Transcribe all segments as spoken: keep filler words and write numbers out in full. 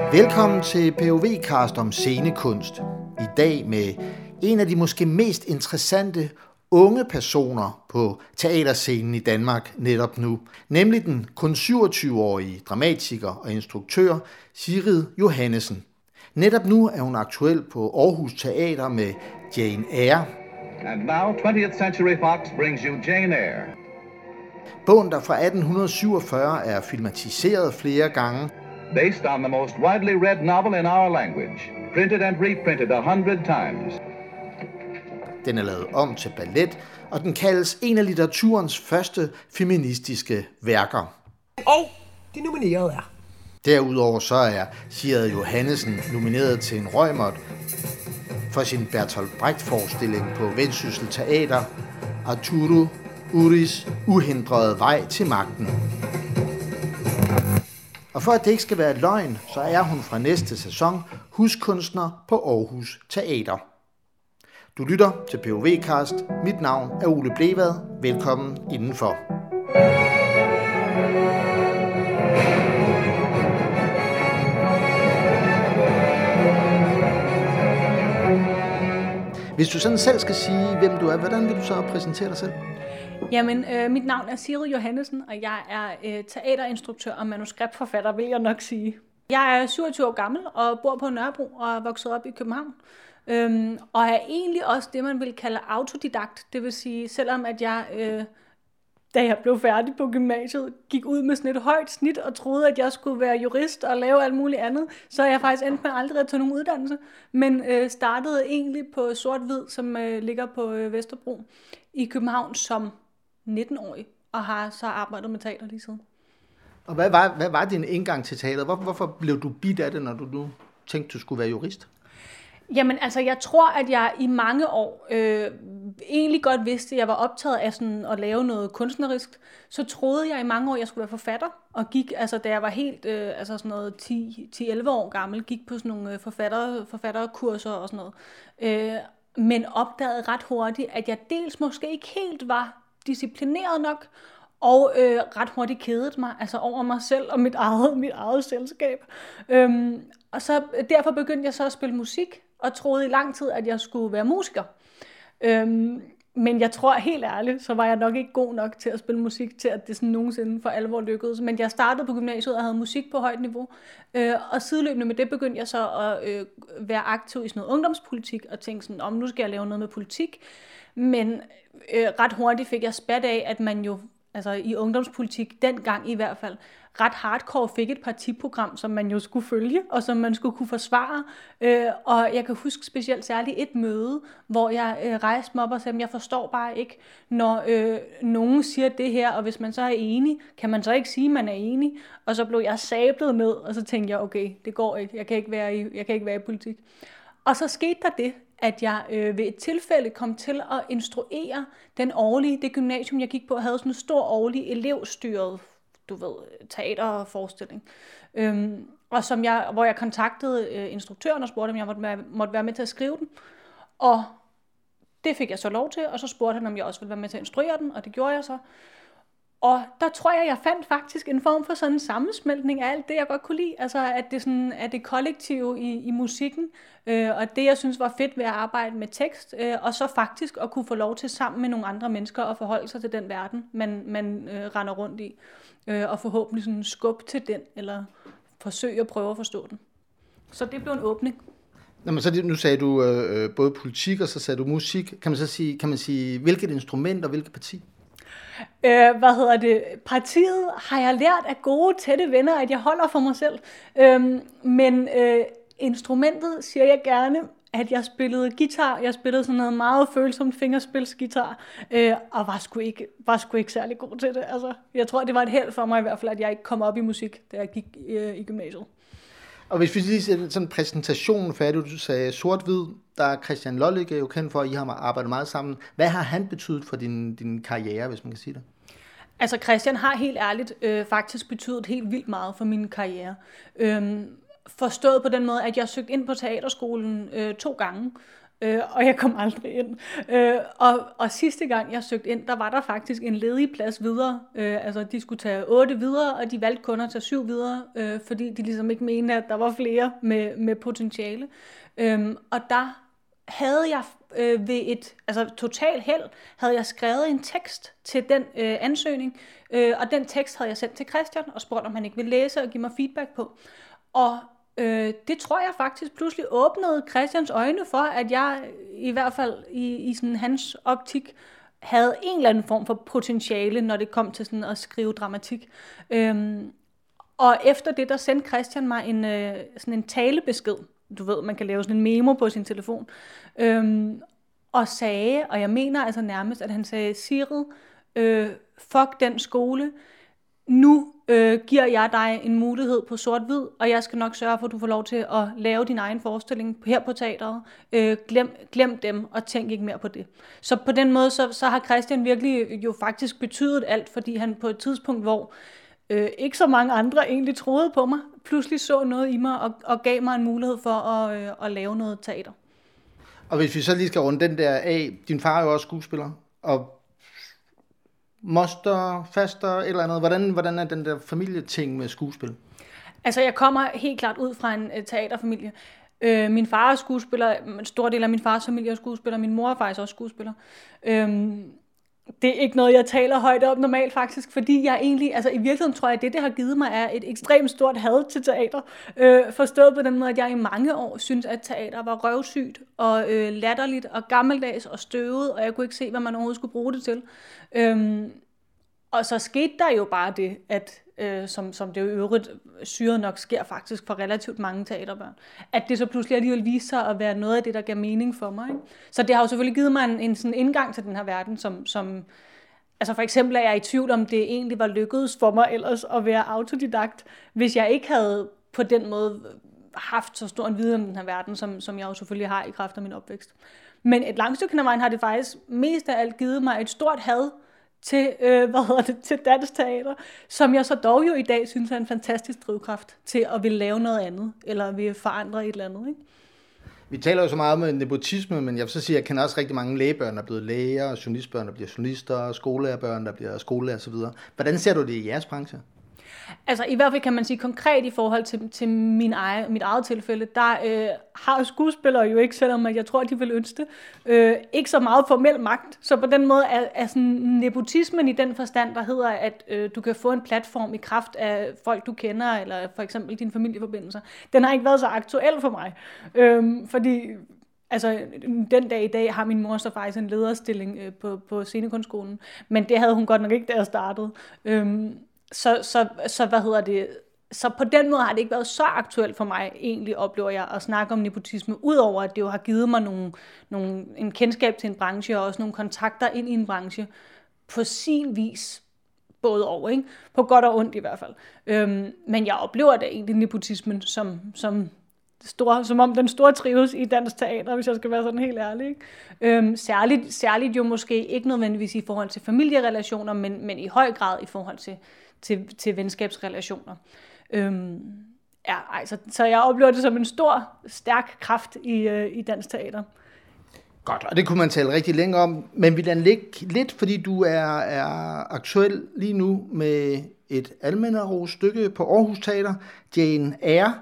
Velkommen til P O V-cast om scenekunst. I dag med en af de måske mest interessante unge personer på teaterscenen i Danmark netop nu, nemlig den kun syvogtyve-årige dramatiker og instruktør Sigrid Johannesen. Netop nu er hun aktuel på Aarhus Teater med Jane Eyre. And now twentieth Century Fox brings you Jane Eyre. Bogen, der fra atten syvogfyrre er filmatiseret flere gange, Based on the most widely read novel in our language, printed and reprinted a hundred times. Den er lavet om til ballet, og den kaldes en af litteraturens første feministiske værker. Og de nominerede er. Derudover så er Sigrid Johannesen nomineret til en Reumert for sin Bertolt Brecht-forestilling på Vendsyssel Teater, Arturo Uris uhindrede vej til magten. Og for at det ikke skal være løgn, så er hun fra næste sæson huskunstner på Aarhus Teater. Du lytter til P O V-cast. Mit navn er Ole Blevad. Velkommen indenfor. Hvis du sådan selv skal sige, hvem du er, hvordan vil du så præsentere dig selv? Jamen, øh, mit navn er Sigrid Johannesen, og jeg er øh, teaterinstruktør og manuskriptforfatter, vil jeg nok sige. Jeg er syvogtyve år gammel og bor på Nørrebro og er vokset op i København. Øhm, og er egentlig også det, man vil kalde autodidakt. Det vil sige, selvom at jeg, øh, da jeg blev færdig på gymnasiet, gik ud med sådan et højt snit og troede, at jeg skulle være jurist og lave alt muligt andet, så er jeg faktisk endt med aldrig at tage nogen uddannelse, men øh, startede egentlig på Sort-Hvid, som øh, ligger på øh, Vesterbro i København som nitten-årig, og har så arbejdet med teater lige siden. Og hvad var, hvad var din indgang til teater? Hvor, hvorfor blev du bidt af det, når du nu tænkte, du skulle være jurist? Jamen, altså, jeg tror, at jeg i mange år øh, egentlig godt vidste, at jeg var optaget af sådan at lave noget kunstnerisk. Så troede jeg i mange år, at jeg skulle være forfatter, og gik, altså da jeg var helt, øh, altså sådan noget ti til elleve år gammel, gik på sådan nogle forfatter, forfatterkurser og sådan noget. Øh, men opdagede ret hurtigt, at jeg dels måske ikke helt var disciplineret nok, og øh, ret hurtigt kedede mig, altså over mig selv og mit eget, mit eget selskab. Øhm, og så derfor begyndte jeg så at spille musik, og troede i lang tid, at jeg skulle være musiker. Øhm, men jeg tror helt ærligt, så var jeg nok ikke god nok til at spille musik, til at det sådan nogensinde for alvor lykkedes. Men jeg startede på gymnasiet og havde musik på højt niveau, øh, og sideløbende med det begyndte jeg så at øh, være aktiv i sådan noget ungdomspolitik, og tænkte sådan, om nu skal jeg lave noget med politik. Men øh, ret hurtigt fik jeg spat af, at man jo altså i ungdomspolitik, dengang i hvert fald, ret hardcore fik et partiprogram, som man jo skulle følge, og som man skulle kunne forsvare. Øh, og jeg kan huske specielt særligt et møde, hvor jeg øh, rejste mig op og sagde, jeg forstår bare ikke, når øh, nogen siger det her, og hvis man så er enig, kan man så ikke sige, at man er enig? Og så blev jeg sablet ned, og så tænkte jeg, okay, det går ikke, jeg kan ikke være i, jeg kan ikke være i politik. Og så skete der det, at jeg øh, ved et tilfælde kom til at instruere den årlige, det gymnasium, jeg gik på, havde sådan en stor årlig elevstyret, du ved, teaterforestilling. Øhm, og som jeg, hvor jeg kontaktede øh, instruktøren og spurgte, om jeg måtte, måtte være med til at skrive den. Og det fik jeg så lov til, og så spurgte han, om jeg også ville være med til at instruere den, og det gjorde jeg så. Og der tror jeg, jeg fandt faktisk en form for sådan en sammensmeltning af alt det, jeg godt kunne lide. Altså, at det, sådan, at det kollektive i, i musikken, øh, og det, jeg synes var fedt ved at arbejde med tekst, øh, og så faktisk at kunne få lov til sammen med nogle andre mennesker at forholde sig til den verden, man, man øh, render rundt i. Øh, og forhåbentlig sådan skub til den, eller forsøge at prøve at forstå den. Så det blev en åbning. Nå, men så nu sagde du øh, både politik, og så sagde du musik. Kan man så sige, kan man sige hvilket instrument og hvilket parti? Øh, hvad hedder det? Partiet har jeg lært af gode, tætte venner, at jeg holder for mig selv. Øh, men øh, instrumentet siger jeg gerne, at jeg spillede guitar. Jeg spillede sådan noget meget følsomt fingerspilsguitar, øh, og var sgu, ikke, var sgu ikke særlig god til det. Altså, jeg tror, det var et held for mig i hvert fald, at jeg ikke kom op i musik, da jeg gik øh, i gymnasiet. Og hvis vi lige sætter sådan en præsentation færdig, du sagde Sort-Hvid, der er Christian Lollicke jo kendt for, at I har arbejdet meget sammen. Hvad har han betydet for din, din karriere, hvis man kan sige det? Altså Christian har helt ærligt øh, faktisk betydet helt vildt meget for min karriere. Øhm, forstået på den måde, at jeg søgte ind på teaterskolen øh, to gange, øh, og jeg kom aldrig ind. Øh, og, og sidste gang jeg søgte ind, der var der faktisk en ledig plads videre. Øh, altså de skulle tage otte videre, og de valgte kun at tage syv videre, øh, fordi de ligesom ikke mente, at der var flere med, med potentiale. Øh, og der havde jeg øh, ved et altså total held, havde jeg skrevet en tekst til den øh, ansøgning, øh, og den tekst havde jeg sendt til Christian og spurgt, om han ikke ville læse og give mig feedback på. Og øh, det tror jeg faktisk pludselig åbnede Christians øjne for, at jeg i hvert fald i, i sådan hans optik havde en eller anden form for potentiale, når det kom til sådan at skrive dramatik. Øhm, og efter det, der sendte Christian mig en, øh, sådan en talebesked. Du ved, man kan lave sådan en memo på sin telefon. Øhm, og sagde, og jeg mener altså nærmest, at han sagde, Cyril, øh, fuck den skole. Nu øh, giver jeg dig en mulighed på sort-hvid, og jeg skal nok sørge for, at du får lov til at lave din egen forestilling her på teateret. Øh, glem, glem dem, og tænk ikke mere på det. Så på den måde, så, så har Christian virkelig jo faktisk betydet alt, fordi han på et tidspunkt, hvor øh, ikke så mange andre egentlig troede på mig, pludselig så noget i mig, og, og gav mig en mulighed for at, øh, at lave noget teater. Og hvis vi så lige skal runde den der af, din far er jo også skuespiller, og moster, faster, et eller andet. Hvordan, hvordan er den der familieting med skuespil? Altså, jeg kommer helt klart ud fra en uh, teaterfamilie. Uh, min far er skuespiller, en stor del af min fars familie er skuespiller, min mor er faktisk også skuespiller. Uh, det er ikke noget, jeg taler højt op normalt faktisk, fordi jeg egentlig, altså i virkeligheden tror jeg, at det, det har givet mig, er et ekstremt stort had til teater. Uh, forstået på den måde, at jeg i mange år synes, at teater var røvsygt og uh, latterligt og gammeldags og støvet, og jeg kunne ikke se, hvad man overhovedet skulle bruge det til. Uh, Og så skete der jo bare det, at øh, som, som det jo i øvrigt syret nok sker faktisk for relativt mange teaterbørn, at det så pludselig alligevel viser sig at være noget af det, der gav mening for mig. Ikke? Så det har jo selvfølgelig givet mig en, en sådan indgang til den her verden, som, som altså for eksempel er jeg i tvivl om, det egentlig var lykkedes for mig ellers at være autodidakt, hvis jeg ikke havde på den måde haft så stor en viden om den her verden, som, som jeg jo selvfølgelig har i kraft af min opvækst. Men et langt stykke af vejen har det faktisk mest af alt givet mig et stort had til, øh, hvad hedder det, til dansk teater, som jeg så dog jo i dag synes er en fantastisk drivkraft til at ville lave noget andet, eller vil forandre et eller andet, ikke? Vi taler jo så meget om nepotisme, men jeg vil så sige, at jeg kender også rigtig mange lægebørn, der er blevet læger, journalistbørn, der bliver journalister, skolelærerbørn, der bliver skolelærer osv. Hvordan ser du det i jeres branche? Altså i hvert fald kan man sige konkret i forhold til, til min egen, mit eget tilfælde, der øh, har skuespillere jo ikke, selvom jeg tror, at de vil ønske det, øh, ikke så meget formel magt. Så på den måde er, er sådan nepotismen i den forstand, der hedder, at øh, du kan få en platform i kraft af folk, du kender, eller for eksempel dine familieforbindelser. Den har ikke været så aktuel for mig, øh, fordi altså, den dag i dag har min mor så faktisk en lederstilling øh, på, på Scenekunstskolen, men det havde hun godt nok ikke, da jeg startede. Øh, Så, så, så hvad hedder det? Så på den måde har det ikke været så aktuelt for mig, egentlig oplever jeg, at snakke om nepotisme, udover at det jo har givet mig nogle, nogle, en kendskab til en branche, og også nogle kontakter ind i en branche, på sin vis, både over, ikke? På godt og ondt i hvert fald. Øhm, men jeg oplever da egentlig nepotismen som, som, store, som om den store trives i dansk teater, hvis jeg skal være sådan helt ærlig. Ikke? Øhm, særligt, særligt jo måske ikke nødvendigvis i forhold til familierelationer, men, men i høj grad i forhold til Til, til venskabsrelationer. Øhm, ja, altså, så jeg oplever det som en stor, stærk kraft i, øh, i dansk teater. Godt, og det kunne man tale rigtig længe om, men vi lader ligge lidt, fordi du er, er aktuel lige nu med et almennerost stykke på Aarhus Teater, Jane Eyre.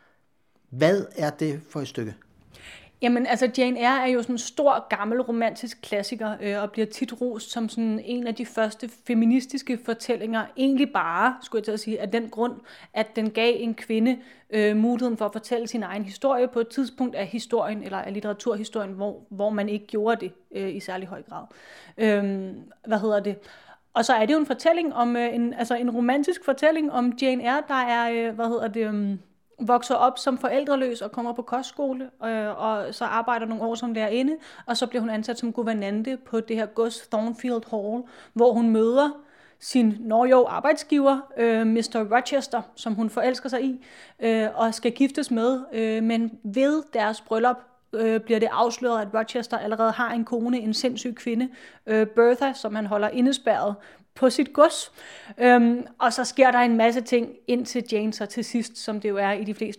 Hvad er det for et stykke? Jamen, altså Jane Eyre er jo sådan en stor, gammel, romantisk klassiker, øh, og bliver tit rost som sådan en af de første feministiske fortællinger, egentlig bare, skulle jeg til at sige, af den grund, at den gav en kvinde øh, muligheden for at fortælle sin egen historie på et tidspunkt af historien, eller af litteraturhistorien, hvor, hvor man ikke gjorde det øh, i særlig høj grad. Øh, hvad hedder det? Og så er det jo en fortælling om, øh, en, altså en romantisk fortælling om Jane Eyre, der er, øh, hvad hedder det... Øh, vokser op som forældreløs og kommer på kostskole, øh, og så arbejder nogle år som lærerinde, og så bliver hun ansat som guvernante på det her gods Thornfield Hall, hvor hun møder sin norjo arbejdsgiver, øh, mister Rochester, som hun forelsker sig i, øh, og skal giftes med, øh, men ved deres bryllup øh, bliver det afsløret, at Rochester allerede har en kone, en sindssyg kvinde, øh, Bertha, som han holder indespærret på sit gods. Øhm, og så sker der en masse ting indtil Jane så til sidst, som det jo er i de fleste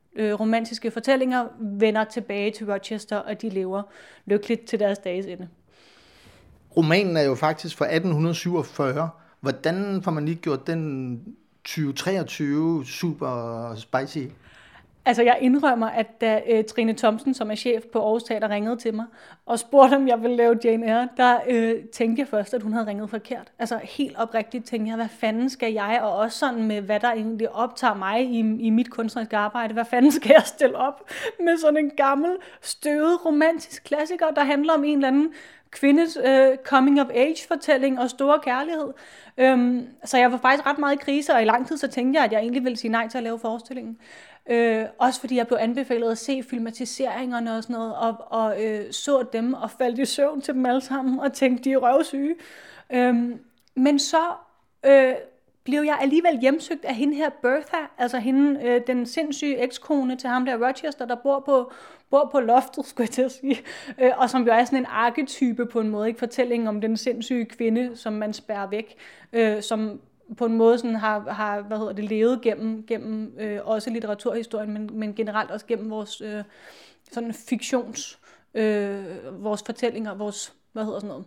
øh, romantiske fortællinger vender tilbage til Rochester, og de lever lykkeligt til deres dages ende. Romanen er jo faktisk fra atten syvogfyrre. Hvordan får man lige gjort den tyve treogtyve super spicy? Altså, jeg indrømmer, at da øh, Trine Thomsen, som er chef på Aarhus Teater, ringede til mig og spurgte, om jeg ville lave Jane Eyre, der øh, tænkte jeg først, at hun havde ringet forkert. Altså, helt oprigtigt tænkte jeg, hvad fanden skal jeg, og også sådan med, hvad der egentlig optager mig i, i mit kunstneriske arbejde, hvad fanden skal jeg stille op med sådan en gammel, støvet, romantisk klassiker, der handler om en eller anden kvindes øh, coming-of-age-fortælling og store kærlighed. Øhm, så jeg var faktisk ret meget i krise, og i lang tid så tænkte jeg, at jeg egentlig ville sige nej til at lave forestillingen. Øh, også fordi jeg blev anbefalet at se filmatiseringerne og sådan noget, og, og øh, så dem og faldt i søvn til dem alle sammen, og tænkte, de er røvsyge. Øhm, men så øh, blev jeg alligevel hjemsøgt af hende her Bertha, altså hende, øh, den sindssyge ekskone til ham der Rochester, der bor på, bor på loftet, skulle jeg til at sige, øh, og som jo er sådan en arketype på en måde, ikke, fortællingen om den sindssyge kvinde, som man spærrer væk, øh, som på en måde sådan har, har hvad hedder det, levet gennem, gennem øh, også litteraturhistorien, men, men generelt også gennem vores øh, sådan fiktions, øh, vores fortællinger, vores, hvad hedder sådan noget?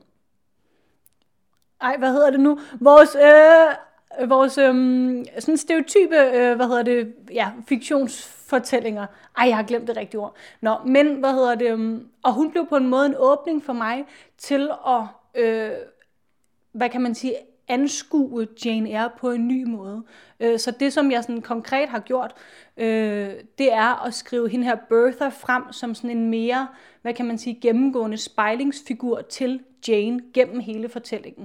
Ej, hvad hedder det nu? Vores, øh, vores øh, sådan stereotype, øh, hvad hedder det, ja, fiktionsfortællinger. Ej, jeg har glemt det rigtige ord. Nå, men hvad hedder det, øh, og hun blev på en måde en åbning for mig til at, øh, hvad kan man sige, anskue Jane Eyre på en ny måde. Så det, som jeg sådan konkret har gjort, det er at skrive hende her Bertha frem som sådan en mere, hvad kan man sige, gennemgående spejlingsfigur til Jane gennem hele fortællingen.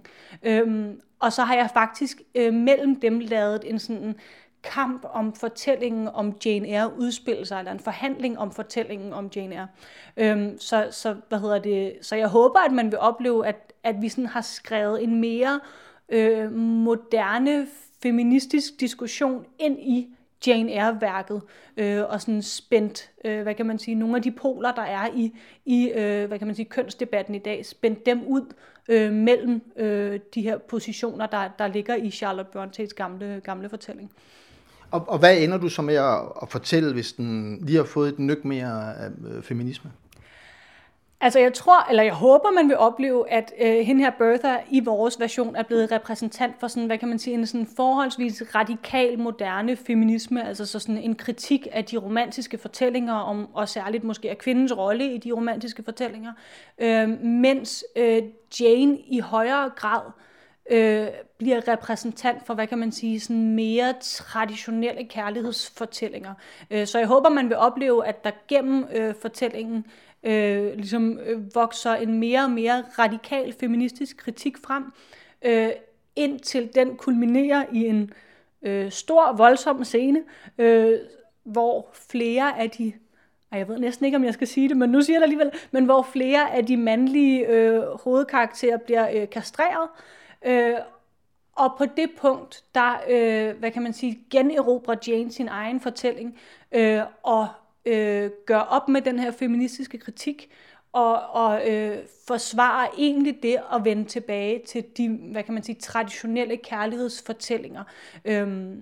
Og så har jeg faktisk mellem dem lavet en sådan kamp om fortællingen om Jane Eyre udspille sig, eller en forhandling om fortællingen om Jane Eyre. Øhm, så, så, hvad hedder det? Så jeg håber, at man vil opleve, at, at vi sådan har skrevet en mere øh, moderne feministisk diskussion ind i Jane Eyre-værket, øh, og sådan spændt, øh, hvad kan man sige, nogle af de poler, der er i, i øh, hvad kan man sige, kønsdebatten i dag, spændt dem ud øh, mellem øh, de her positioner, der, der ligger i Charlotte Brontës gamle, gamle fortælling. Og, og hvad ender du så med at, at fortælle, hvis den lige har fået et nyk mere af øh, feminisme? Altså jeg tror, eller jeg håber, man vil opleve, at øh, hende her Bertha i vores version er blevet repræsentant for sådan, hvad kan man sige, en sådan forholdsvis radikal, moderne feminisme, altså så sådan en kritik af de romantiske fortællinger, om, og særligt måske af kvindens rolle i de romantiske fortællinger, øh, mens øh, Jane i højere grad øh, bliver repræsentant for, hvad kan man sige, sådan mere traditionelle kærlighedsfortællinger. Øh, så jeg håber, man vil opleve, at der gennem øh, fortællingen Øh, ligesom øh, vokser en mere og mere radikal feministisk kritik frem, øh, indtil den kulminerer i en øh, stor, voldsom scene, øh, hvor flere af de, jeg ved næsten ikke, om jeg skal sige det, men nu siger jeg det alligevel, men hvor flere af de mandlige øh, hovedkarakterer bliver øh, kastreret, øh, og på det punkt, der, øh, hvad kan man sige, generobrer Jane sin egen fortælling, øh, og Øh, gør op med den her feministiske kritik, og, og øh, forsvarer egentlig det at vende tilbage til de, hvad kan man sige, traditionelle kærlighedsfortællinger. Øhm,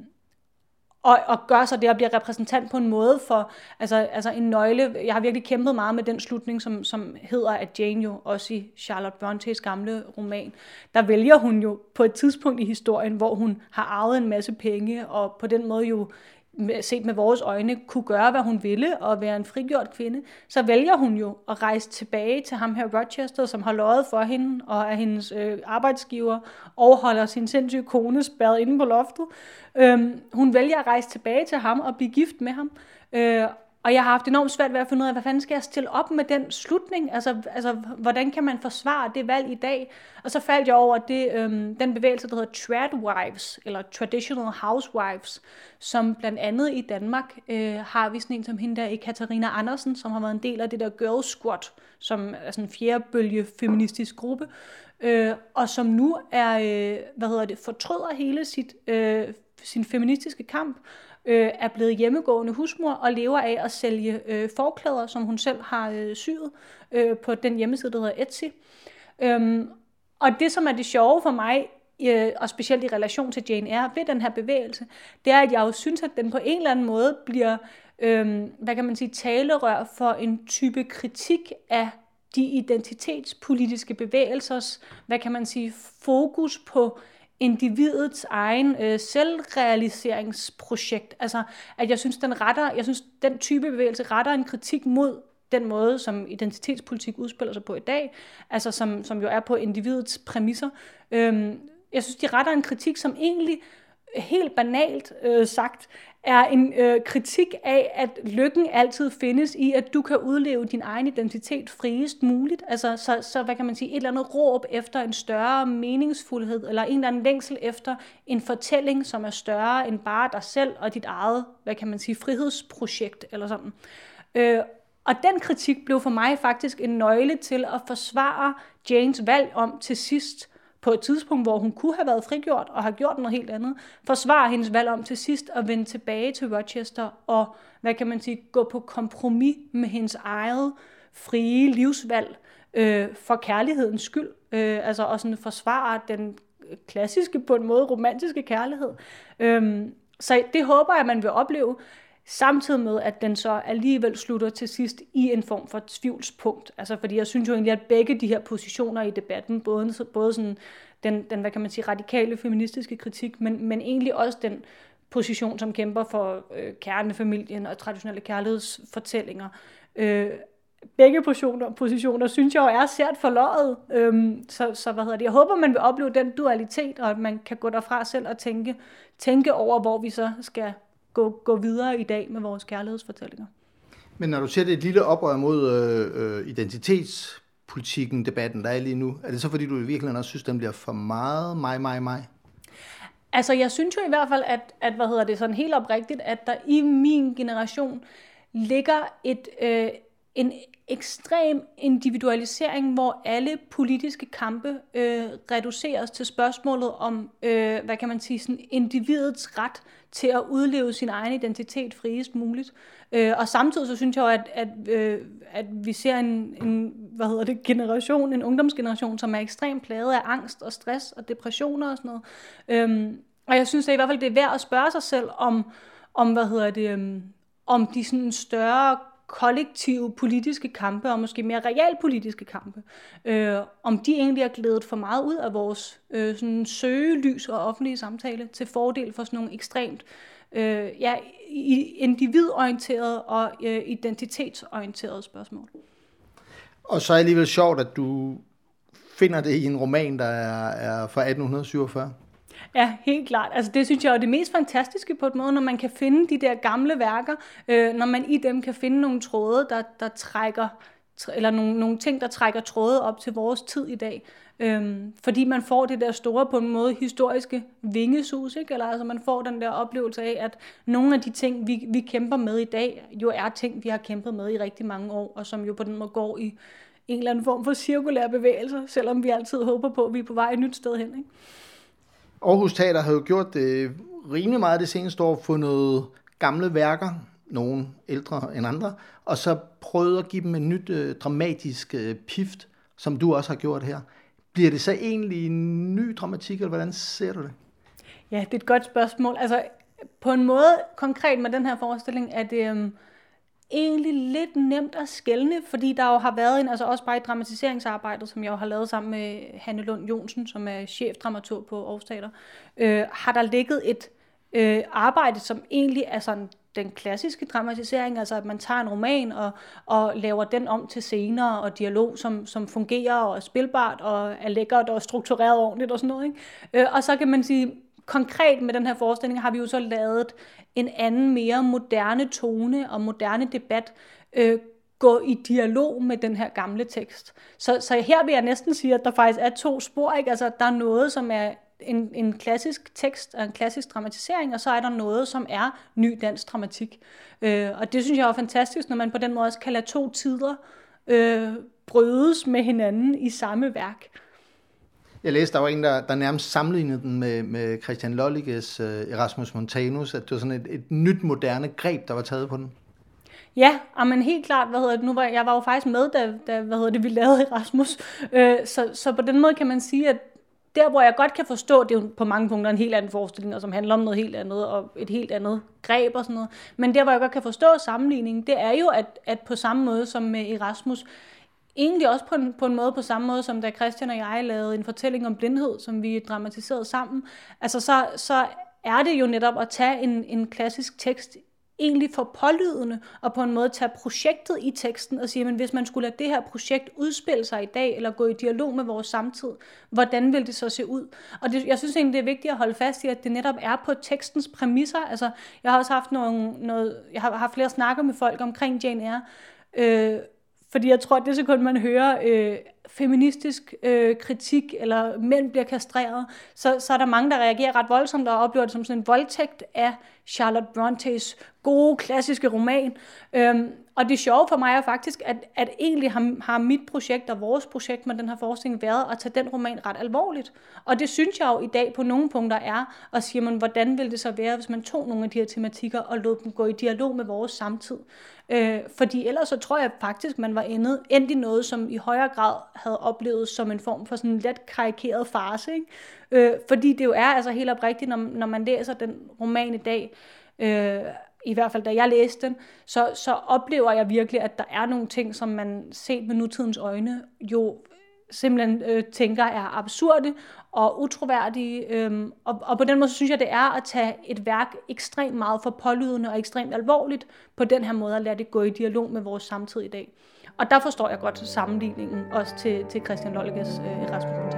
og, og gør så det at blive repræsentant på en måde for, altså, altså en nøgle. Jeg har virkelig kæmpet meget med den slutning, som, som hedder, at Jane jo også i Charlotte Brontës gamle roman, der vælger hun jo på et tidspunkt i historien, hvor hun har arvet en masse penge, og på den måde jo set med vores øjne, kunne gøre, hvad hun ville, og være en frigjort kvinde, så vælger hun jo at rejse tilbage til ham her Rochester, som har løjet for hende, og er hendes øh, arbejdsgiver, og holder sin sindssyge kone spærret inde på loftet. Øhm, hun vælger at rejse tilbage til ham og blive gift med ham. Øh, og jeg har haft enormt svært ved at finde ud af, hvad fanden skal jeg stille op med den slutning? Altså, altså hvordan kan man forsvare det valg i dag? Og så faldt jeg over det, øhm, den bevægelse, der hedder Tradwives, eller Traditional Housewives, som blandt andet i Danmark øh, har vi sådan en som hende der, Ekaterina Andersen, som har været en del af det der Girl Squad, som er sådan en fjerdebølge feministisk gruppe, øh, og som nu er, øh, hvad hedder det, fortryder hele sit, øh, sin feministiske kamp, Øh, er blevet hjemmegående husmor og lever af at sælge øh, forklæder, som hun selv har øh, syet øh, på den hjemmeside, der hedder Etsy. Øhm, og det, som er det sjove for mig, øh, og specielt i relation til Jane Eyre ved den her bevægelse, det er, at jeg jo synes, at den på en eller anden måde bliver øh, hvad kan man sige, talerør for en type kritik af de identitetspolitiske bevægelsers, hvad kan man sige, fokus på individets egen øh, selvrealiseringsprojekt. Altså, at jeg synes, den retter, jeg synes, den type bevægelse retter en kritik mod den måde, som identitetspolitik udspiller sig på i dag, altså som, som jo er på individets præmisser. Øhm, jeg synes, de retter en kritik, som egentlig helt banalt øh, sagt, er en øh, kritik af, at lykken altid findes i, at du kan udleve din egen identitet friest muligt. Altså, så, så hvad kan man sige, et eller andet råb efter en større meningsfuldhed, eller en eller anden længsel efter en fortælling, som er større end bare dig selv og dit eget, hvad kan man sige, frihedsprojekt, eller sådan. Øh, og den kritik blev for mig faktisk en nøgle til at forsvare Janes valg om til sidst, på et tidspunkt, hvor hun kunne have været frigjort og har gjort noget helt andet, forsvare hendes valg om til sidst at vende tilbage til Rochester og, hvad kan man sige, gå på kompromis med hendes eget frie livsvalg øh, for kærlighedens skyld. Øh, altså også sådan forsvare den klassiske, på en måde romantiske kærlighed. Øh, så det håber jeg, man vil opleve, samtidig med, at den så alligevel slutter til sidst i en form for tvivlspunkt. Altså, fordi jeg synes jo egentlig, at begge de her positioner i debatten, både, både sådan den, den, hvad kan man sige, radikale feministiske kritik, men, men egentlig også den position, som kæmper for øh, kernefamilien og traditionelle kærlighedsfortællinger. Øh, begge positioner, positioner, synes jeg jo er sært forløjet. Øhm, så, så hvad hedder det? Jeg håber, man vil opleve den dualitet, og at man kan gå derfra selv og tænke, tænke over, hvor vi så skal Gå, gå videre i dag med vores kærlighedsfortællinger. Men når du siger, det er et lille oprør mod øh, identitetspolitikken, debatten, der er lige nu, er det så fordi, du i virkeligheden også synes, den bliver for meget mig, mig, mig? Altså, jeg synes jo i hvert fald, at, at hvad hedder det, sådan helt oprigtigt, at der i min generation ligger et, øh, en ekstrem individualisering, hvor alle politiske kampe øh, reduceres til spørgsmålet om, øh, hvad kan man sige, sådan individets ret til at udleve sin egen identitet friest muligt. Øh, og samtidig så synes jeg jo, at, at, øh, at vi ser en, en, hvad hedder det, generation, en ungdomsgeneration, som er ekstremt plaget af angst og stress og depressioner og sådan noget. Øhm, og jeg synes at i hvert fald, det er værd at spørge sig selv om, om hvad hedder det, um, om de sådan større kollektive politiske kampe, og måske mere realpolitiske kampe, øh, om de egentlig er glædet for meget ud af vores øh, sådan søgelys og offentlige samtale til fordel for sådan nogle ekstremt øh, ja, individorienterede og øh, identitetsorienterede spørgsmål. Og så er det alligevel sjovt, at du finder det i en roman, der er, er fra atten syvogfyrre. Ja, helt klart. Altså det synes jeg er det mest fantastiske på et måde, når man kan finde de der gamle værker, øh, når man i dem kan finde nogle tråde, der, der trækker, eller nogle, nogle ting, der trækker tråde op til vores tid i dag. Øhm, fordi man får det der store, på en måde, historiske vingesus, ikke? Eller altså man får den der oplevelse af, at nogle af de ting, vi, vi kæmper med i dag, jo er ting, vi har kæmpet med i rigtig mange år, og som jo på den måde går i en eller anden form for cirkulære bevægelser, selvom vi altid håber på, at vi er på vej et nyt sted hen, ikke? Aarhus Teater har jo gjort det rimelig meget det seneste år, fundet gamle værker, nogle ældre end andre, og så prøvet at give dem en nyt øh, dramatisk øh, pift, som du også har gjort her. Bliver det så egentlig en ny dramatik, eller hvordan ser du det? Ja, det er et godt spørgsmål. Altså, på en måde, konkret med den her forestilling, er det øhm, egentlig lidt nemt at skelne, fordi der jo har været en, altså også bare i dramatiseringsarbejdet, som jeg jo har lavet sammen med Hanne Lund Jonsen, som er chefdramaturg på Aarhus Teater, øh, har der ligget et øh, arbejde, som egentlig er sådan den klassiske dramatisering, altså at man tager en roman og, og laver den om til scener og dialog, som, som fungerer og er spilbart og er lækkert og struktureret ordentligt og sådan noget, ikke? Øh, og så kan man sige, konkret med den her forestilling har vi jo så lavet en anden, mere moderne tone og moderne debat øh, gå i dialog med den her gamle tekst. Så, så her vil jeg næsten sige, at der faktisk er to spor, ikke? Altså, der er noget, som er en, en klassisk tekst og en klassisk dramatisering, og så er der noget, som er ny dansk dramatik. Øh, og det synes jeg er fantastisk, når man på den måde også kan lade to tider øh, brydes med hinanden i samme værk. Jeg læste, der var en, der, der nærmest sammenlignede den med, med Christian Lolliges uh, Erasmus Montanus, at det var sådan et, et nyt, moderne greb, der var taget på den. Ja, men helt klart, hvad hedder det, nu var jeg var jo faktisk med, da, da hvad hedder det, vi lavede Erasmus, øh, så, så på den måde kan man sige, at der, hvor jeg godt kan forstå, det er jo på mange punkter en helt anden forestilling, og som handler om noget helt andet, og et helt andet greb og sådan noget. Men der, hvor jeg godt kan forstå sammenligningen, det er jo, at, at på samme måde som med Erasmus, egentlig også på en, på en måde på samme måde, som da Christian og jeg lavede en fortælling om blindhed, som vi dramatiserede sammen, altså så, så er det jo netop at tage en, en klassisk tekst, egentlig for pålydende, og på en måde tage projektet i teksten og sige, men hvis man skulle lade det her projekt udspille sig i dag, eller gå i dialog med vores samtid, hvordan vil det så se ud? Og det, jeg synes egentlig, det er vigtigt at holde fast i, at det netop er på tekstens præmisser. Altså, jeg har også haft nogle, noget, jeg har haft flere snakker med folk omkring Jane Eyre, øh, fordi jeg tror, at det sekund, man hører øh, feministisk øh, kritik, eller mænd bliver kastreret, så, så er der mange, der reagerer ret voldsomt og oplever det som sådan en voldtægt af Charlotte Brontes gode, klassiske roman. Øhm, og det sjove for mig er faktisk, at, at egentlig har, har mit projekt og vores projekt med den her forskning været at tage den roman ret alvorligt. Og det synes jeg jo i dag på nogle punkter er, og siger man, hvordan ville det så være, hvis man tog nogle af de her tematikker og lod dem gå i dialog med vores samtid. Øh, fordi ellers så tror jeg faktisk, man var endet, endt i noget, som i højere grad havde oplevet som en form for sådan en let karikeret farce. Ikke? Øh, fordi det jo er altså helt oprigtigt, når, når man læser den roman i dag, øh, i hvert fald da jeg læste den, så, så oplever jeg virkelig, at der er nogle ting, som man set med nutidens øjne jo simpelthen øh, tænker er absurde og utroværdige. Øh, og, og på den måde så synes jeg, det er at tage et værk ekstremt meget for pålydende og ekstremt alvorligt på den her måde at lade det gå i dialog med vores samtid i dag. Og der forstår jeg godt sammenligningen også til, til Christian Lollekes øh, Erasmus.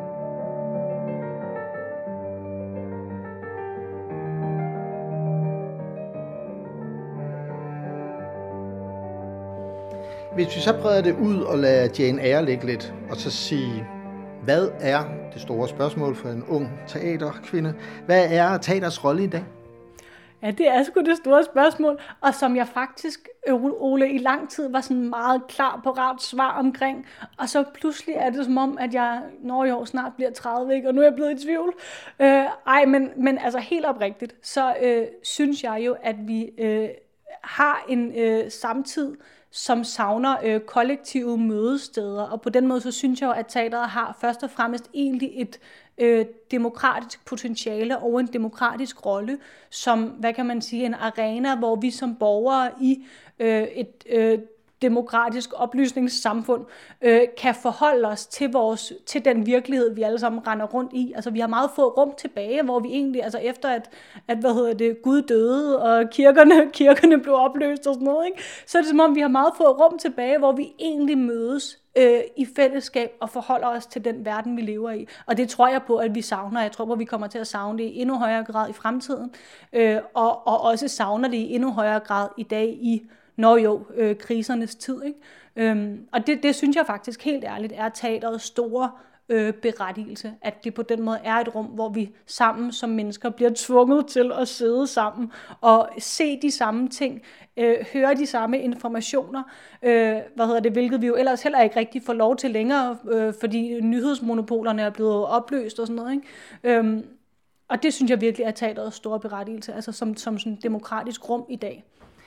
Hvis vi så breder det ud og lader Jane Eyre ligge lidt, og så sige, hvad er det store spørgsmål for en ung teaterkvinde? Hvad er teaters rolle i dag? Ja, det er sgu det store spørgsmål, og som jeg faktisk, Ole, i lang tid var sådan meget klar på ret svar omkring, og så pludselig er det som om, at jeg, når jeg snart bliver tredive, ikke? Og nu er jeg blevet i tvivl. Øh, ej, men, men altså helt oprigtigt, så øh, synes jeg jo, at vi øh, har en øh, samtid, som savner øh, kollektive mødesteder, og på den måde så synes jeg jo, at teateret har først og fremmest egentlig et øh, demokratisk potentiale og en demokratisk rolle, som, hvad kan man sige, en arena, hvor vi som borgere i øh, et øh, demokratisk oplysningssamfund øh, kan forholde os til vores til den virkelighed, vi alle sammen render rundt i. Altså vi har meget få rum tilbage, hvor vi egentlig, altså efter at, at hvad hedder det, Gud døde, og kirkerne, kirkerne blev opløst og sådan noget, ikke? Så er det som om, vi har meget få rum tilbage, hvor vi egentlig mødes øh, i fællesskab og forholder os til den verden, vi lever i. Og det tror jeg på, at vi savner. Jeg tror på, at vi kommer til at savne det i endnu højere grad i fremtiden, øh, og, og også savner det i endnu højere grad i dag i Nå jo, øh, krisernes tid. Ikke? Øhm, og det, det synes jeg faktisk helt ærligt er teaterets store øh, berettigelse, at det på den måde er et rum, hvor vi sammen som mennesker bliver tvunget til at sidde sammen og se de samme ting, øh, høre de samme informationer, øh, hvad hedder det, hvilket vi jo ellers heller ikke rigtig får lov til længere, øh, fordi nyhedsmonopolerne er blevet opløst og sådan noget. Ikke? Øhm, og det synes jeg virkelig er teaterets store berettigelse, altså som, som sådan et demokratisk rum i dag.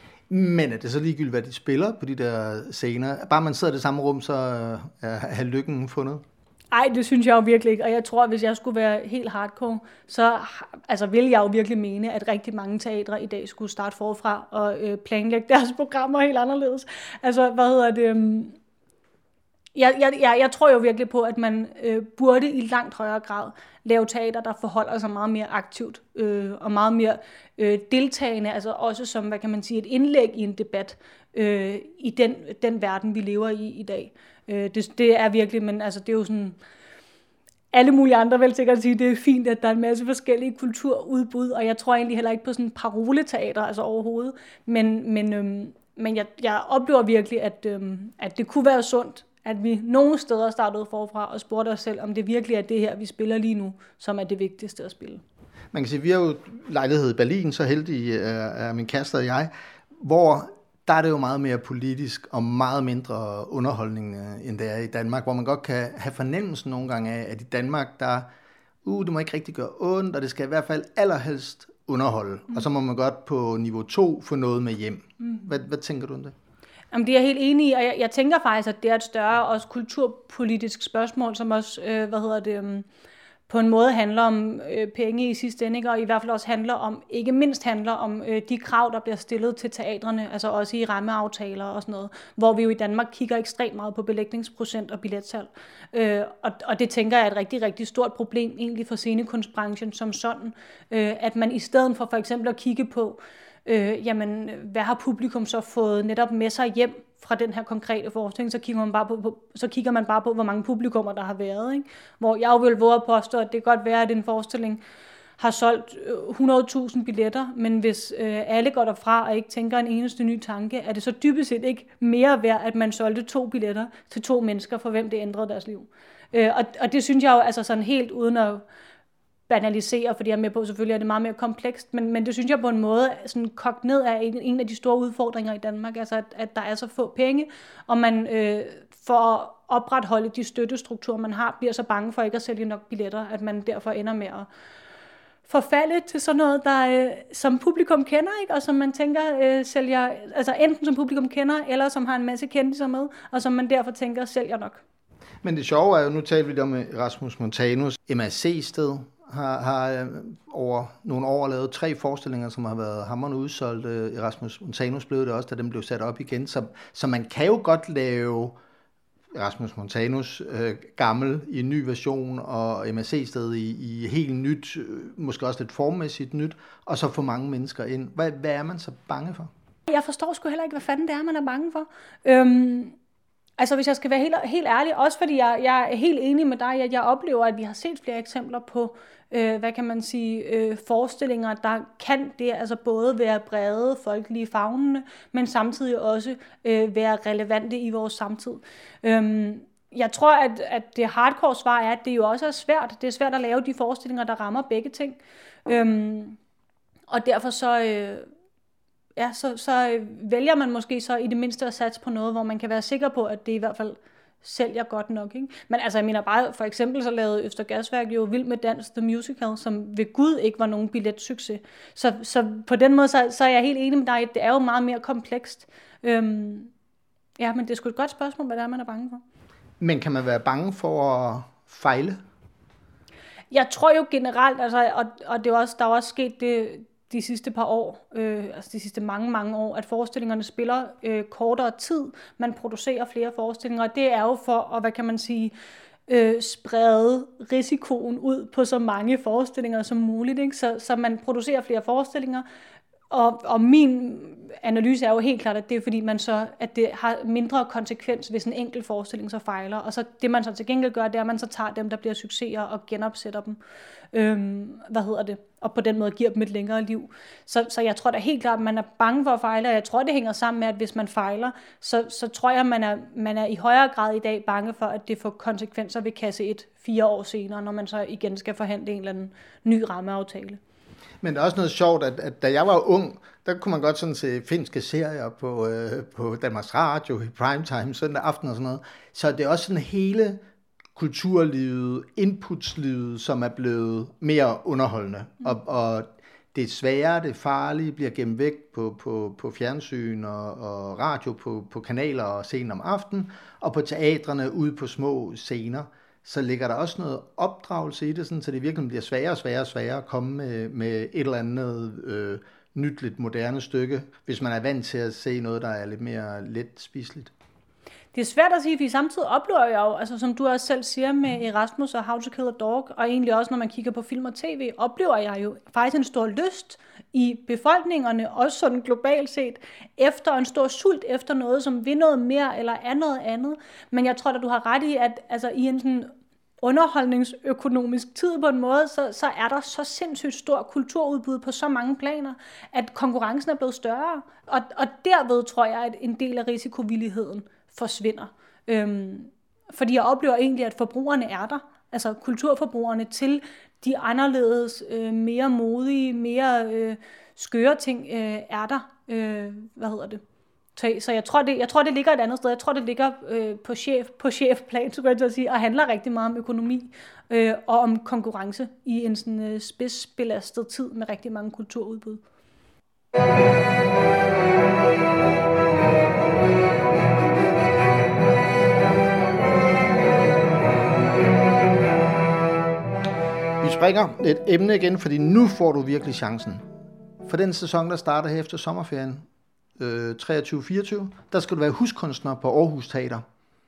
Men er det så ligegyldigt, hvad de spiller på de der scener? Bare man sidder i det samme rum, så er lykken fundet? Nej, det synes jeg jo virkelig ikke, og jeg tror, at hvis jeg skulle være helt hardcore, så altså, vil jeg jo virkelig mene, at rigtig mange teatre i dag skulle starte forfra og øh, planlægge deres programmer helt anderledes. Altså, hvad hedder det? Jeg, jeg, jeg, jeg tror jo virkelig på, at man øh, burde i langt højere grad lave teater, der forholder sig meget mere aktivt øh, og meget mere øh, deltagende, altså også som, hvad kan man sige, et indlæg i en debat øh, i den, den verden, vi lever i i dag. Øh, det, det er virkelig, men altså det er jo sådan, alle mulige andre vil sikkert sige, at det er fint, at der er en masse forskellige kulturudbud, og jeg tror egentlig heller ikke på sådan paroleteater, altså overhovedet, men, men, øhm, men jeg, jeg oplever virkelig, at, øhm, at det kunne være sundt, at vi nogle steder startede forfra og spurgte os selv, om det virkelig er det her, vi spiller lige nu, som er det vigtigste at spille. Man kan sige, vi har jo lejlighed i Berlin, så heldig er min kæreste og jeg, hvor der er det jo meget mere politisk og meget mindre underholdning, end det er i Danmark, hvor man godt kan have fornemmelsen nogle gange af, at i Danmark, der uh, det må ikke rigtig gøre ondt, og det skal i hvert fald allerhelst underholde. Mm. Og så må man godt på niveau to få noget med hjem. Mm. Hvad, hvad tænker du om det? Jamen, det er jeg helt enig i, og jeg, jeg tænker faktisk, at det er et større også kulturpolitisk spørgsmål, som også, øh, hvad hedder det, um, på en måde handler om øh, penge i sidste ende, ikke? Og i hvert fald også handler om, ikke mindst handler om øh, de krav, der bliver stillet til teatrene, altså også i rammeaftaler og sådan noget, hvor vi jo i Danmark kigger ekstremt meget på belægningsprocent og billetsalg. Øh, og, og det tænker jeg er et rigtig, rigtig stort problem egentlig for scenekunstbranchen som sådan, øh, at man i stedet for for eksempel at kigge på, øh, jamen, hvad har publikum så fået netop med sig hjem fra den her konkrete forestilling, så kigger man bare på, på, så kigger man bare på, hvor mange publikummer der har været. Ikke? Hvor jeg jo vil våge at påstå, at det kan godt være, at en forestilling har solgt hundrede tusind billetter, men hvis øh, alle går derfra og ikke tænker en eneste ny tanke, er det så dybest set ikke mere værd, at man solgte to billetter til to mennesker, for hvem det ændrede deres liv. Øh, og, og det synes jeg jo altså sådan helt uden at banalisere, fordi jeg er med på, selvfølgelig er det meget mere komplekst, men, men det synes jeg på en måde sådan kogt ned af en, en af de store udfordringer i Danmark, altså at, at der er så få penge, og man øh, for at opretholde de støttestrukturer, man har, bliver så bange for ikke at sælge nok billetter, at man derfor ender med at forfalde til sådan noget, der øh, som publikum kender, ikke? Og som man tænker øh, sælger, altså enten som publikum kender, eller som har en masse kendte med, og som man derfor tænker sælger nok. Men det sjove er jo, nu talte vi lidt om Erasmus Montanus, M A C-sted, har, har over nogle år lavet tre forestillinger, som har været hamrende udsolgt. Erasmus Montanus blev det også, da den blev sat op igen. Så, så man kan jo godt lave Erasmus Montanus øh, gammel i en ny version, og M A C-sted i, i helt nyt, måske også lidt formmæssigt nyt, og så få mange mennesker ind. Hvad, hvad er man så bange for? Jeg forstår sgu heller ikke, hvad fanden det er, man er bange for. Øhm Altså hvis jeg skal være helt, helt ærlig, også fordi jeg, jeg er helt enig med dig, at jeg oplever, at vi har set flere eksempler på, øh, hvad kan man sige, øh, forestillinger, der kan det altså både være brede, folkelige favnende, men samtidig også øh, være relevante i vores samtid. Øhm, jeg tror, at, at det hardcore svar er, at det jo også er svært. Det er svært at lave de forestillinger, der rammer begge ting. Øhm, og derfor så... Øh, Ja, så, så vælger man måske så i det mindste at satse på noget, hvor man kan være sikker på, at det i hvert fald sælger godt nok. Ikke? Men altså, jeg mener bare, for eksempel så lavede Øster Gasværk jo Vild med Dans, The Musical, som ved Gud ikke var nogen billetsucces. Så, så på den måde, så, så er jeg helt enig med dig, at det er jo meget mere komplekst. Øhm, ja, men det er sgu et godt spørgsmål, hvad det er, man er bange for. Men kan man være bange for at fejle? Jeg tror jo generelt, altså, og, og det er også, der er også sket det, de sidste par år, øh, altså de sidste mange, mange år, at forestillingerne spiller øh, kortere tid. Man producerer flere forestillinger, og det er jo for at, hvad kan man sige, øh, sprede risikoen ud på så mange forestillinger som muligt. Ikke? Så, så man producerer flere forestillinger, og, og min analyse er jo helt klart, at det er fordi, man så, at det har mindre konsekvens, hvis en enkelt forestilling så fejler. Og så det, man så til gengæld gør, det er, at man så tager dem, der bliver succeser, og genopsætter dem. Øhm, hvad hedder det? Og på den måde giver dem et længere liv. Så, så jeg tror da helt klart, at man er bange for at fejle, og jeg tror, det hænger sammen med, at hvis man fejler, så, så tror jeg, at man er, man er i højere grad i dag bange for, at det får konsekvenser ved kasse et fire år senere, når man så igen skal forhandle en eller anden ny rammeaftale. Men der er også noget sjovt, at, at da jeg var ung, der kunne man godt sådan se finske serier på, øh, på Danmarks Radio i primetime, søndag aften og sådan noget. Så det er også sådan hele kulturlivet, inputslivet, som er blevet mere underholdende. Mm. Og, og det svære, det farlige bliver gemt væk på, på, på fjernsyn og, og radio på, på kanaler og sent om aftenen, og på teatrene ude på små scener. Så ligger der også noget opdragelse i det, sådan, så det virkelig bliver sværere og sværere og sværere at komme med, med et eller andet øh, nyt, lidt moderne stykke, hvis man er vant til at se noget, der er lidt mere let spiseligt. Det er svært at sige, fordi samtidig oplever jeg jo, altså som du også selv siger med Erasmus og How to Kill a Dog, og egentlig også når man kigger på film og tv, oplever jeg jo faktisk en stor lyst i befolkningerne, også sådan globalt set, efter en stor sult efter noget, som vil noget mere eller er noget andet. Men jeg tror at du har ret i, at altså, i en sådan underholdningsøkonomisk tid på en måde, så, så er der så sindssygt stor kulturudbud på så mange planer, at konkurrencen er blevet større. Og, og derved tror jeg, at en del af risikovilligheden forsvinder. Øhm, fordi jeg oplever egentlig, at forbrugerne er der, altså kulturforbrugerne til de anderledes, øh, mere modige, mere øh, skøre ting øh, er der. Øh, hvad hedder det? Så, så jeg, tror, det, jeg tror, det ligger et andet sted. Jeg tror, det ligger øh, på, chef, på chefplan, så kan jeg sige, og handler rigtig meget om økonomi øh, og om konkurrence i en sådan øh, spidsbelastet tid med rigtig mange kulturudbud. springer et emne igen, fordi nu får du virkelig chancen. For den sæson, der starter her efter sommerferien, øh, treogtyve fireogtyve, der skal du være huskunstner på Aarhus Teater.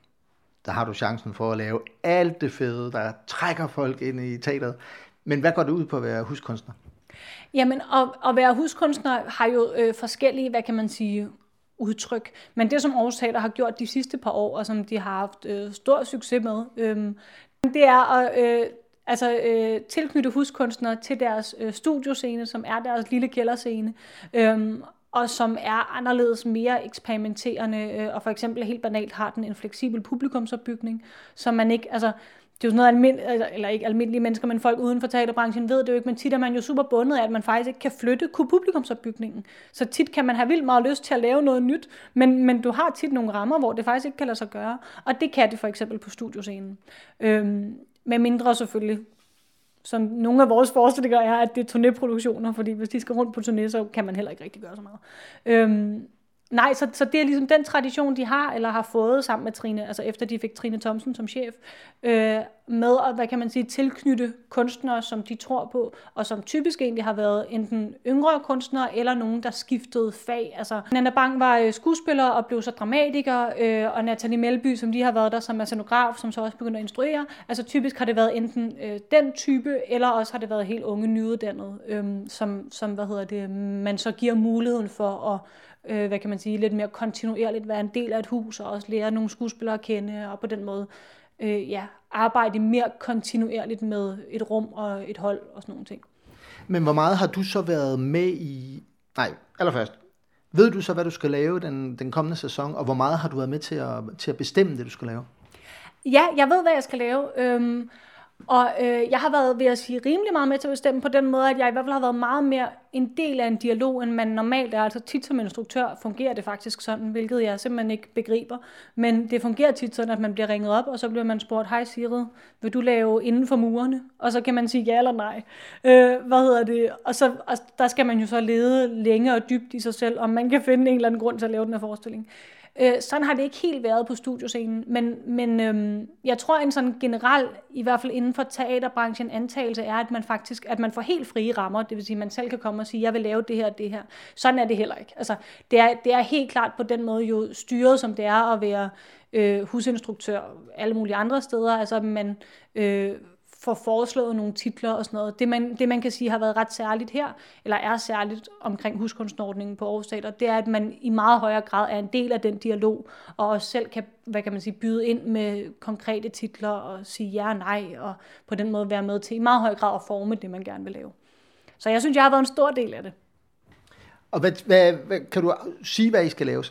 Der har du chancen for at lave alt det fede, der trækker folk ind i teateret. Men hvad går det ud på at være huskunstner? Jamen, at, at være huskunstner har jo øh, forskellige, hvad kan man sige, udtryk. Men det, som Aarhus Teater har gjort de sidste par år, og som de har haft øh, stor succes med, øh, det er at øh, altså, øh, tilknytte huskunstnere til deres øh, studioscene, som er deres lille kælderscene, øh, og som er anderledes mere eksperimenterende, øh, og for eksempel helt banalt har den en fleksibel publikumsopbygning, som man ikke, altså, det er jo sådan noget almindeligt, eller ikke almindelige mennesker, men folk uden for teaterbranchen ved det jo ikke, men tit er man jo super bundet af, at man faktisk ikke kan flytte publikumsopbygningen. Så tit kan man have vildt meget lyst til at lave noget nyt, men, men du har tit nogle rammer, hvor det faktisk ikke kan lade sig gøre, og det kan det for eksempel på studioscenen. Øhm, med mindre selvfølgelig, som nogle af vores forestillinger er, at det er turnéproduktioner, fordi hvis de skal rundt på turné, så kan man heller ikke rigtig gøre så meget. Øhm, Nej, så, så det er ligesom den tradition, de har, eller har fået sammen med Trine, altså efter de fik Trine Thomsen som chef, øh, med at, hvad kan man sige, tilknytte kunstnere, som de tror på, og som typisk egentlig har været enten yngre kunstnere, eller nogen, der skiftede fag. Altså, Nana Bang var skuespiller og blev så dramatiker, øh, og Nathalie Melby, som lige har været der som scenograf, som så også begyndte at instruere. Altså typisk har det været enten øh, den type, eller også har det været helt unge, nyuddannede, øh, som, som, hvad hedder det, man så giver muligheden for at Øh, hvad kan man sige, lidt mere kontinuerligt være en del af et hus, og også lære nogle skuespillere at kende, og på den måde øh, ja, arbejde mere kontinuerligt med et rum og et hold og sådan nogle ting. Men hvor meget har du så været med i... Nej, allerførst. Ved du så, hvad du skal lave den, den kommende sæson, og hvor meget har du været med til at, til at bestemme det, du skal lave? Ja, jeg ved, hvad jeg skal lave. Øhm, Og øh, jeg har været, vil jeg sige, rimelig meget med til at bestemme på den måde, at jeg i hvert fald har været meget mere en del af en dialog, end man normalt er. Altså tit som instruktør fungerer det faktisk sådan, hvilket jeg simpelthen ikke begriber. Men det fungerer tit sådan, at man bliver ringet op, og så bliver man spurgt, hej Sigrid, vil du lave inden for murene? Og så kan man sige ja eller nej. Øh, hvad hedder det? Og, så, og der skal man jo så lede længe og dybt i sig selv, om man kan finde en eller anden grund til at lave den her forestilling. Sådan har det ikke helt været på studioscenen, men, men øhm, jeg tror en sådan generel, i hvert fald inden for teaterbranchen, antagelse er, at man faktisk, at man får helt frie rammer, det vil sige, at man selv kan komme og sige, jeg vil lave det her og det her. Sådan er det heller ikke. Altså, det er, det er helt klart på den måde jo styret, som det er at være øh, husinstruktør alle mulige andre steder, altså man øh, får foreslået nogle titler og sådan noget. Det man, det man kan sige har været ret særligt her, eller er særligt omkring huskunstnerordningen på Aarhus Teater, det er, at man i meget højere grad er en del af den dialog, og også selv kan, hvad kan man sige, byde ind med konkrete titler og sige ja og nej, og på den måde være med til i meget høj grad at forme det, man gerne vil lave. Så jeg synes, jeg har været en stor del af det. Og hvad, hvad, hvad kan du sige, hvad I skal lave så?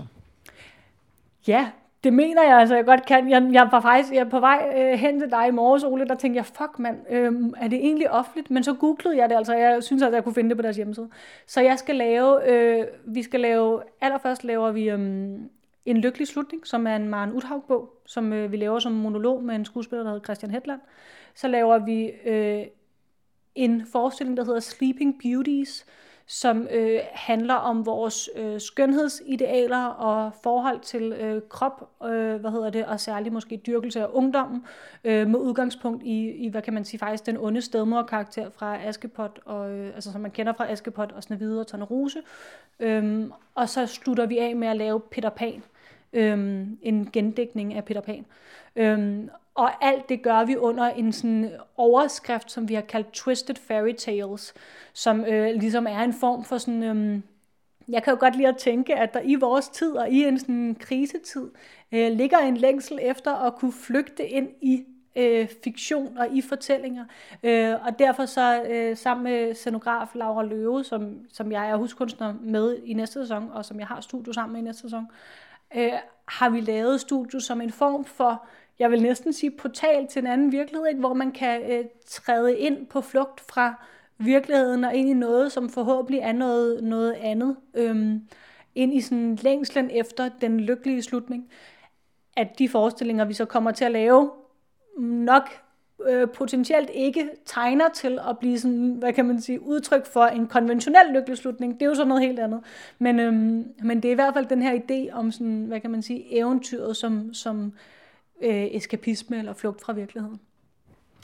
Ja, det mener jeg, altså jeg godt kan. Jeg, jeg var faktisk jeg er på vej øh, hen til dig i morges, Ole, der tænkte jeg, fuck mand, øh, er det egentlig offentligt? Men så googlede jeg det, altså jeg synes, at jeg kunne finde det på deres hjemmeside. Så jeg skal lave, øh, vi skal lave, allerførst laver vi øh, En lykkelig slutning, som er en Maren Uthaug-bog, som øh, vi laver som monolog med en skuespiller, der hedder Christian Hetland. Så laver vi øh, en forestilling, der hedder Sleeping Beauties, som øh, handler om vores øh, skønhedsidealer og forhold til øh, krop, øh, hvad hedder det, og særligt måske dyrkelse af ungdommen, øh, med udgangspunkt i, i, hvad kan man sige, faktisk den onde stedmorkarakter fra Askepot, og, øh, altså som man kender fra Askepot og Snehvide og Tornerose. Øhm, og så slutter vi af med at lave Peter Pan, øhm, en gendækning af Peter Pan. Øhm, Og alt det gør vi under en sådan overskrift, som vi har kaldt Twisted Fairy Tales, som øh, ligesom er en form for sådan... Øh, jeg kan jo godt lide at tænke, at der i vores tid og i en sådan krisetid øh, ligger en længsel efter at kunne flygte ind i øh, fiktion og i fortællinger. Øh, og derfor så øh, sammen med scenograf Laura Løve, som, som jeg er huskunstner med i næste sæson, og som jeg har studio sammen med i næste sæson, øh, har vi lavet studio som en form for... Jeg vil næsten sige portal til en anden virkelighed, ikke? Hvor man kan øh, træde ind på flugt fra virkeligheden og ind i noget, som forhåbentlig er noget, noget andet. Øhm, ind i sådan længslen efter den lykkelige slutning. At de forestillinger, vi så kommer til at lave, nok øh, potentielt ikke tegner til at blive sådan, hvad kan man sige, udtryk for en konventionel lykkelig slutning. Det er jo så noget helt andet. Men, øhm, men det er i hvert fald den her idé om sådan, hvad kan man sige, eventyret som... som Øh, eskapisme eller flugt fra virkeligheden.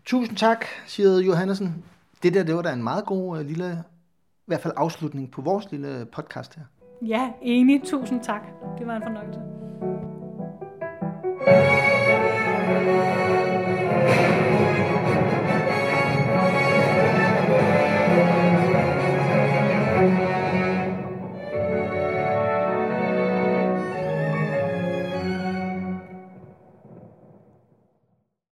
Tusind tak, siger Johannesen. Det der, det var da en meget god lille, i hvert fald afslutning på vores lille podcast her. Ja, enig. Tusind tak. Det var en fornøjelse.